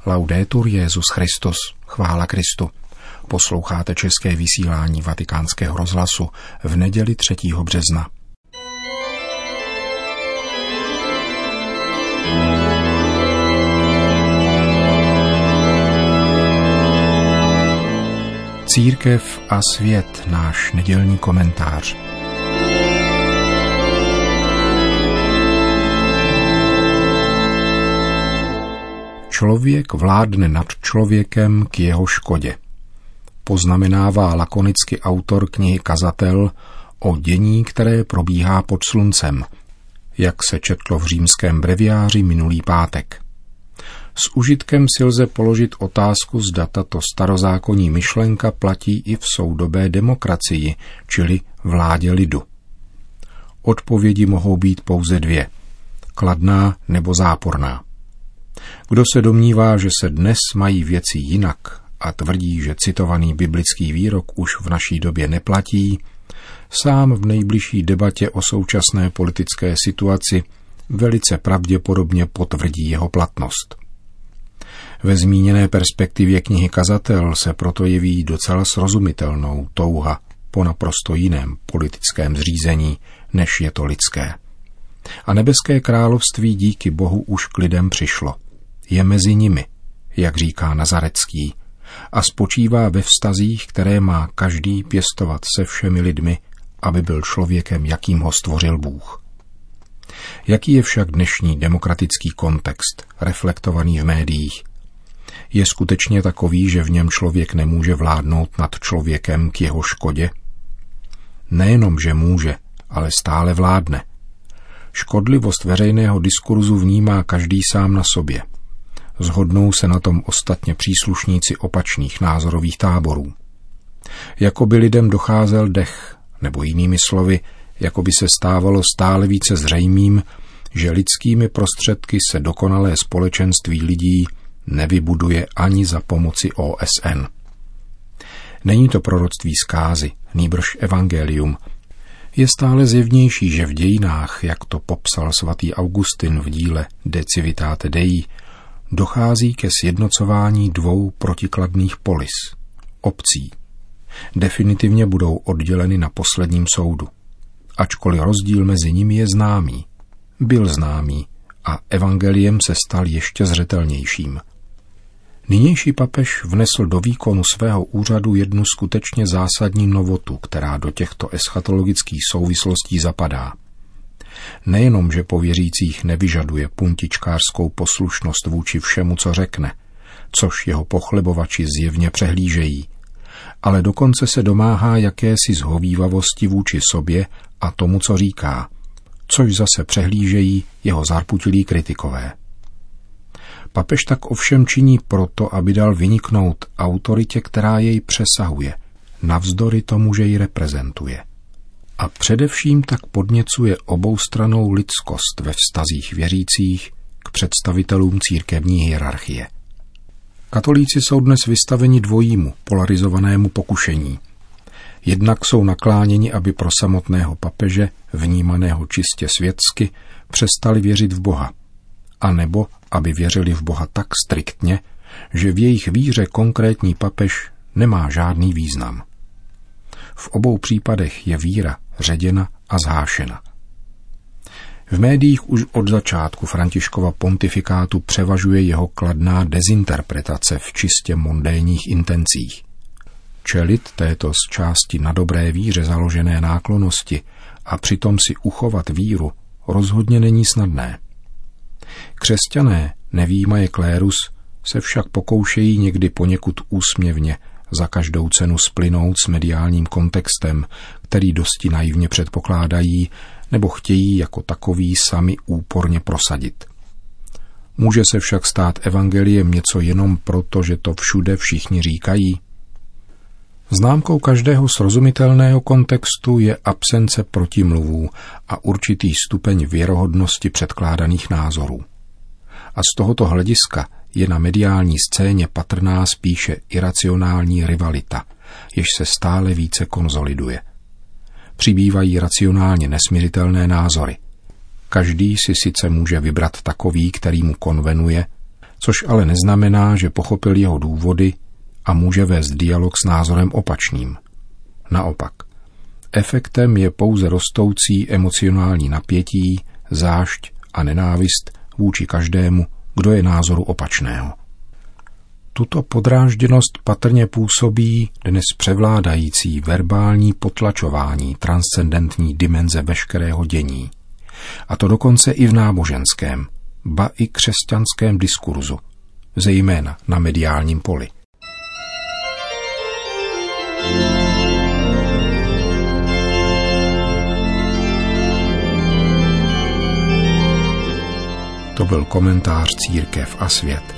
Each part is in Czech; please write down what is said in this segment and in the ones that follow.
Laudetur Jesus Christus, chvála Kristu. Posloucháte české vysílání Vatikánského rozhlasu v neděli 3. března. Církev a svět, náš nedělní komentář. Člověk vládne nad člověkem k jeho škodě. Poznamenává lakonicky autor knihy Kazatel o dění, které probíhá pod sluncem, jak se četlo v římském breviáři minulý pátek. S užitkem si lze položit otázku, zda tato starozákonní myšlenka platí i v soudobé demokracii, čili vládě lidu. Odpovědi mohou být pouze dvě, kladná nebo záporná. Kdo se domnívá, že se dnes mají věci jinak a tvrdí, že citovaný biblický výrok už v naší době neplatí, sám v nejbližší debatě o současné politické situaci velice pravděpodobně potvrdí jeho platnost. Ve zmíněné perspektivě knihy Kazatel se proto jeví docela srozumitelnou touha po naprosto jiném politickém zřízení, než je to lidské. A nebeské království díky Bohu už k lidem přišlo. Je mezi nimi, jak říká Nazarecký, a spočívá ve vztazích, které má každý pěstovat se všemi lidmi, aby byl člověkem, jakým ho stvořil Bůh. Jaký je však dnešní demokratický kontext, reflektovaný v médiích? Je skutečně takový, že v něm člověk nemůže vládnout nad člověkem k jeho škodě? Nejenom, že může, ale stále vládne. Škodlivost veřejného diskurzu vnímá každý sám na sobě. Shodnou se na tom ostatně příslušníci opačných názorových táborů. Jako by lidem docházel dech, nebo jinými slovy, jako by se stávalo stále více zřejmým, že lidskými prostředky se dokonalé společenství lidí nevybuduje ani za pomoci OSN. Není to proroctví zkázy, nýbrž evangelium. Je stále zjevnější, že v dějinách, jak to popsal svatý Augustin v díle De Civitate Dei, dochází ke sjednocování dvou protikladných polis, obcí. Definitivně budou odděleny na posledním soudu. Ačkoliv rozdíl mezi nimi je známý, byl známý a evangeliem se stal ještě zřetelnějším. Nynější papež vnesl do výkonu svého úřadu jednu skutečně zásadní novotu, která do těchto eschatologických souvislostí zapadá. Nejenom, že po věřících nevyžaduje puntičkářskou poslušnost vůči všemu, co řekne, což jeho pochlebovači zjevně přehlížejí, ale dokonce se domáhá jakési zhovívavosti vůči sobě a tomu, co říká, což zase přehlížejí jeho zarputilí kritikové. Papež tak ovšem činí proto, aby dal vyniknout autoritě, která jej přesahuje, navzdory tomu, že ji reprezentuje. A především tak podněcuje oboustrannou lidskost ve vztazích věřících k představitelům církevní hierarchie. Katolíci jsou dnes vystaveni dvojímu, polarizovanému pokušení. Jednak jsou nakláněni, aby pro samotného papeže, vnímaného čistě světsky, přestali věřit v Boha, anebo aby věřili v Boha tak striktně, že v jejich víře konkrétní papež nemá žádný význam. V obou případech je víra ředěna a zhášena. V médiích už od začátku Františkova pontifikátu převažuje jeho kladná dezinterpretace v čistě mondénních intencích. Čelit této z části na dobré víře založené náklonnosti a přitom si uchovat víru rozhodně není snadné. Křesťané, nevímaje klérus, se však pokoušejí někdy poněkud úsměvně za každou cenu splynout s mediálním kontextem, který dosti naivně předpokládají nebo chtějí jako takový sami úporně prosadit. Může se však stát evangeliem něco jenom proto, že to všude všichni říkají? Známkou každého srozumitelného kontextu je absence protimluvů a určitý stupeň věrohodnosti předkládaných názorů. A z tohoto hlediska je na mediální scéně patrná spíše iracionální rivalita, jež se stále více konsoliduje. Přibývají racionálně nesmiřitelné názory. Každý si sice může vybrat takový, který mu konvenuje, což ale neznamená, že pochopil jeho důvody a může vést dialog s názorem opačným. Naopak, efektem je pouze rostoucí emocionální napětí, zášť a nenávist vůči každému, kdo je názoru opačného. Tuto podrážděnost patrně působí dnes převládající verbální potlačování transcendentní dimenze veškerého dění. A to dokonce i v náboženském, ba i křesťanském diskurzu, zejména na mediálním poli. To byl komentář Církev a svět.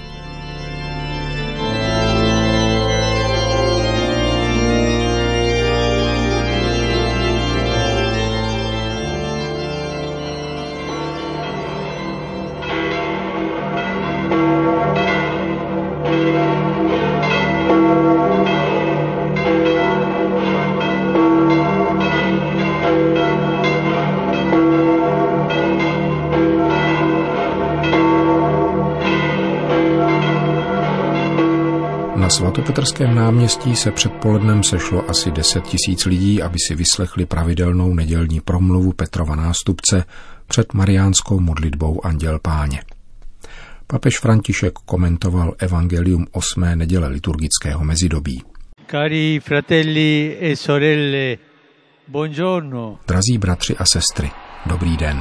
Na svatopetrském náměstí se předpolednem sešlo asi 10 000 lidí, aby si vyslechli pravidelnou nedělní promluvu Petrova nástupce před mariánskou modlitbou Anděl Páně. Papež František komentoval evangelium 8. neděle liturgického mezidobí. Cari fratelli e sorelle, buongiorno. Drazí bratři a sestry, dobrý den.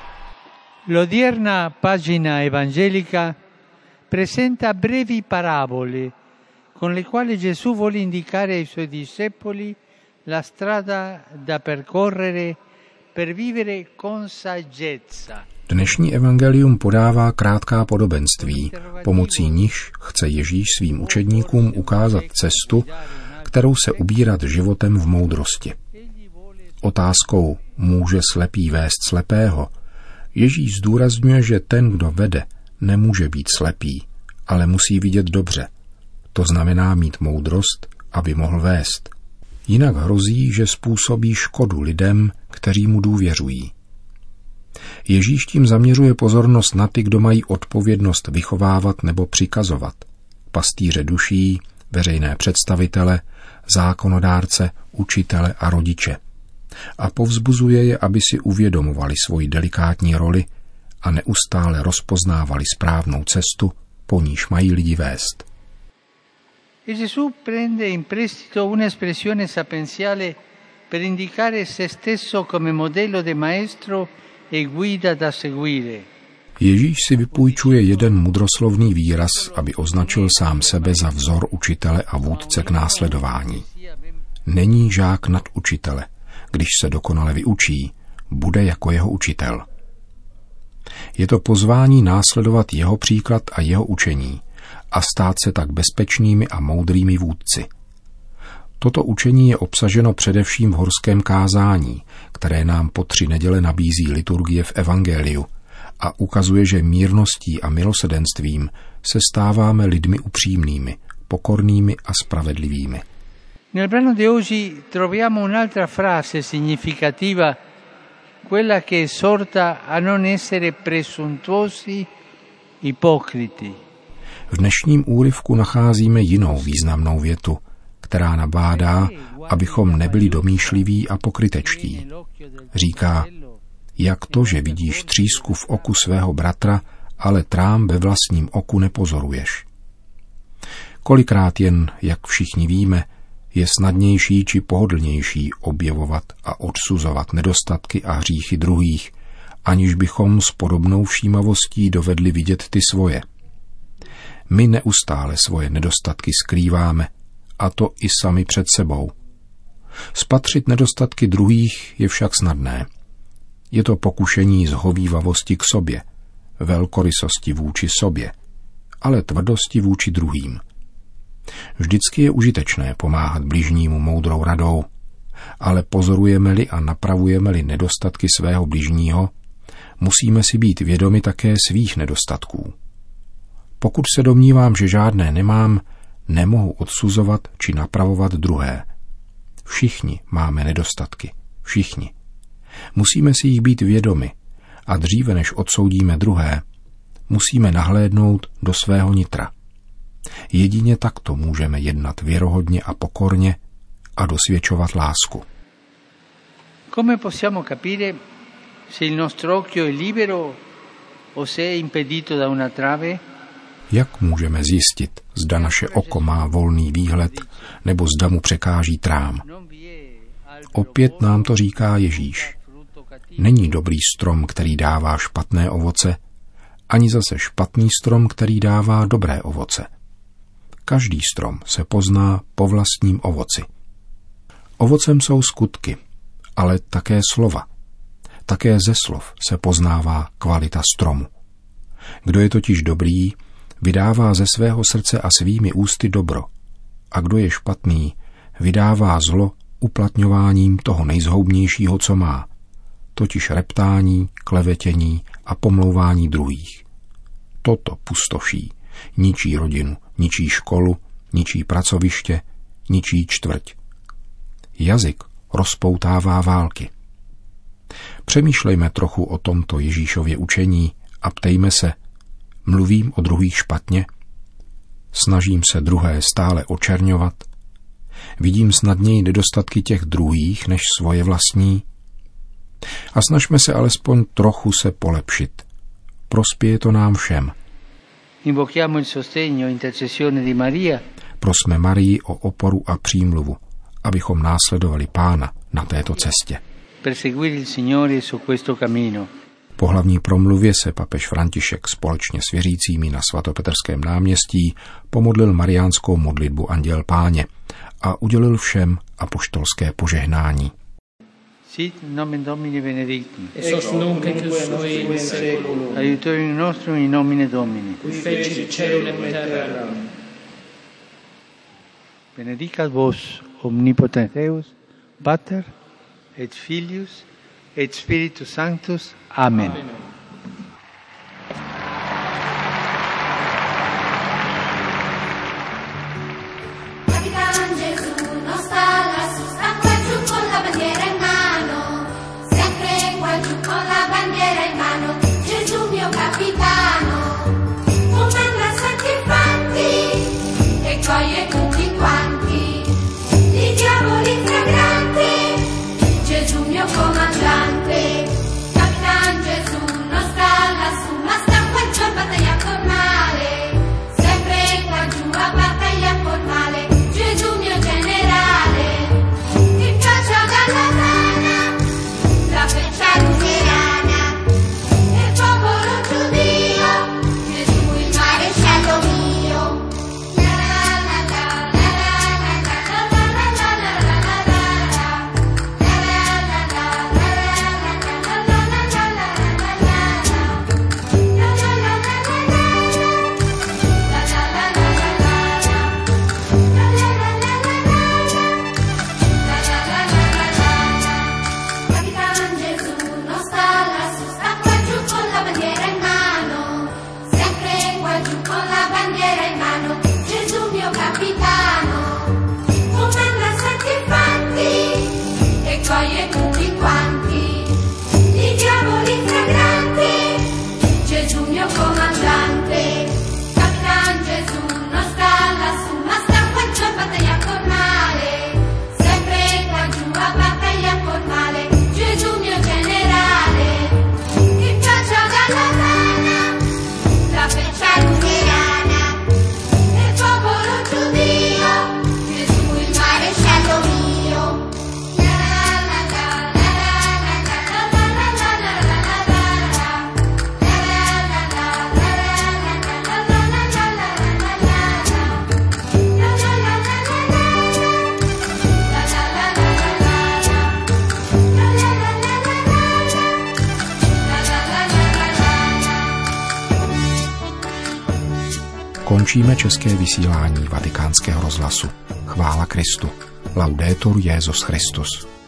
L'odierna pagina evangelica presenta brevi parabole con le quali Gesù vuole indicare ai suoi discepoli la strada da percorrere per vivere con saggezza. Dnešní evangelium podává krátká podobenství, pomocí nichž chce Ježíš svým učedníkům ukázat cestu, kterou se ubírat životem v moudrosti. Otázkou může slepý vést slepého Ježíš zdůrazňuje, že ten, kdo vede, nemůže být slepý, ale musí vidět dobře. To znamená mít moudrost, aby mohl vést. Jinak hrozí, že způsobí škodu lidem, kteří mu důvěřují. Ježíš tím zaměřuje pozornost na ty, kdo mají odpovědnost vychovávat nebo přikazovat. Pastýře duší, veřejné představitele, zákonodárce, učitele a rodiče. A povzbuzuje je, aby si uvědomovali svoji delikátní roli a neustále rozpoznávali správnou cestu, po níž mají lidi vést. Gesù prende in prestito un'espressione sapienziale per indicare se stesso come modello de maestro e guida da seguire. Ježíš si vypůjčuje jeden mudroslovný výraz, aby označil sám sebe za vzor učitele a vůdce k následování. Není žák nad učitele. Když se dokonale vyučí, bude jako jeho učitel. Je to pozvání následovat jeho příklad a jeho učení a stát se tak bezpečnými a moudrými vůdci. Toto učení je obsaženo především v horském kázání, které nám po 3 neděle nabízí liturgie v evangeliu a ukazuje, že mírností a milosedenstvím se stáváme lidmi upřímnými, pokornými a spravedlivými. Nel brano di oggi troviamo un'altra frase significativa, quella che esorta a non essere presuntuosi, ipocriti. V dnešním úryvku nacházíme jinou významnou větu, která nabádá, abychom nebyli domýšliví a pokrytečtí. Říká, jak to, že vidíš třísku v oku svého bratra, ale trám ve vlastním oku nepozoruješ. Kolikrát jen, jak všichni víme, je snadnější či pohodlnější objevovat a odsuzovat nedostatky a hříchy druhých, aniž bychom s podobnou všímavostí dovedli vidět ty svoje. My neustále svoje nedostatky skrýváme, a to i sami před sebou. Spatřit nedostatky druhých je však snadné. Je to pokušení zhovívavosti k sobě, velkorysosti vůči sobě, ale tvrdosti vůči druhým. Vždycky je užitečné pomáhat bližnímu moudrou radou, ale pozorujeme-li a napravujeme-li nedostatky svého bližního, musíme si být vědomi také svých nedostatků. Pokud se domnívám, že žádné nemám, nemohu odsuzovat či napravovat druhé. Všichni máme nedostatky. Všichni. Musíme si jich být vědomi a dříve než odsoudíme druhé, musíme nahlédnout do svého nitra. Jedině takto můžeme jednat věrohodně a pokorně a dosvědčovat lásku. Come possiamo capire se il nostro occhio è libero o se è impedito da una trave? Jak můžeme zjistit, zda naše oko má volný výhled, nebo zda mu překáží trám? Opět nám to říká Ježíš. Není dobrý strom, který dává špatné ovoce, ani zase špatný strom, který dává dobré ovoce. Každý strom se pozná po vlastním ovoci. Ovocem jsou skutky, ale také slova. Také ze slov se poznává kvalita stromu. Kdo je totiž dobrý, vydává ze svého srdce a svými ústy dobro. A kdo je špatný, vydává zlo uplatňováním toho nejzhoubnějšího, co má, totiž reptání, klevetění a pomlouvání druhých. Toto pustoší, ničí rodinu, ničí školu, ničí pracoviště, ničí čtvrť. Jazyk rozpoutává války. Přemýšlejme trochu o tomto Ježíšově učení a ptejme se, mluvím o druhých špatně? Snažím se druhé stále očerňovat? Vidím snadněji nedostatky těch druhých než svoje vlastní? A snažme se alespoň trochu se polepšit. Prospěje to nám všem. Invochiamo il sostegno e intercessione di Maria. Prosme Marii o oporu a přímluvu, abychom následovali Pána na této cestě. Per seguire il Signore su questo cammino. Po hlavní promluvě se papež František společně s věřícími na svatopetrském náměstí pomodlil mariánskou modlitbu Anděl Páně a udělil všem apoštolské požehnání. Sit nomen Domini benedictum. Ex nunc et usque in seculum. Aiutorium nostrum in nomine Domini. Qui feci caelum et terram. Benedicat vos omnipotens Deus, Pater et Filius et Spiritus Sanctus. Amen. Capitan Gesù non sta lassù, sta qua giù con la bandiera in mano, sempre qua giù con la bandiera in mano. Gesù mio capitano, comanda santi e fanti e coglie tutti quanti i diavoli fragranti. Gesù mio comandante, Capitan Gesù non sta lassù, ma sta qua giù a battaglia col male, sempre qua giù a battaglia col male. Gesù mio generale, che caccia dalla rana la freccia luterana e il popolo giudio, Gesù il maresciallo mio. La la la la la la la la la la la la Capitan Gesù non sta lassù, sta qua giù con la bandiera in mano, sempre qua giù con la bandiera in mano. Gesù mio capitano, comanda santi e fanti e coglie tutti quanti i diavoli fragranti. Gesù mio comandante, Capitan Gesù non sta lassù, ma sta qua giù a battaglia col male, sempre qua giù a battaglia col male. Gesù mio generale, che caccia dalla rana la freccia luterana e il popolo giudio, Gesù il maresciallo mio. La la la la la la la la la la la la Končíme české vysílání Vatikánského rozhlasu. Chvála Kristu. Laudetur Jesus Christus.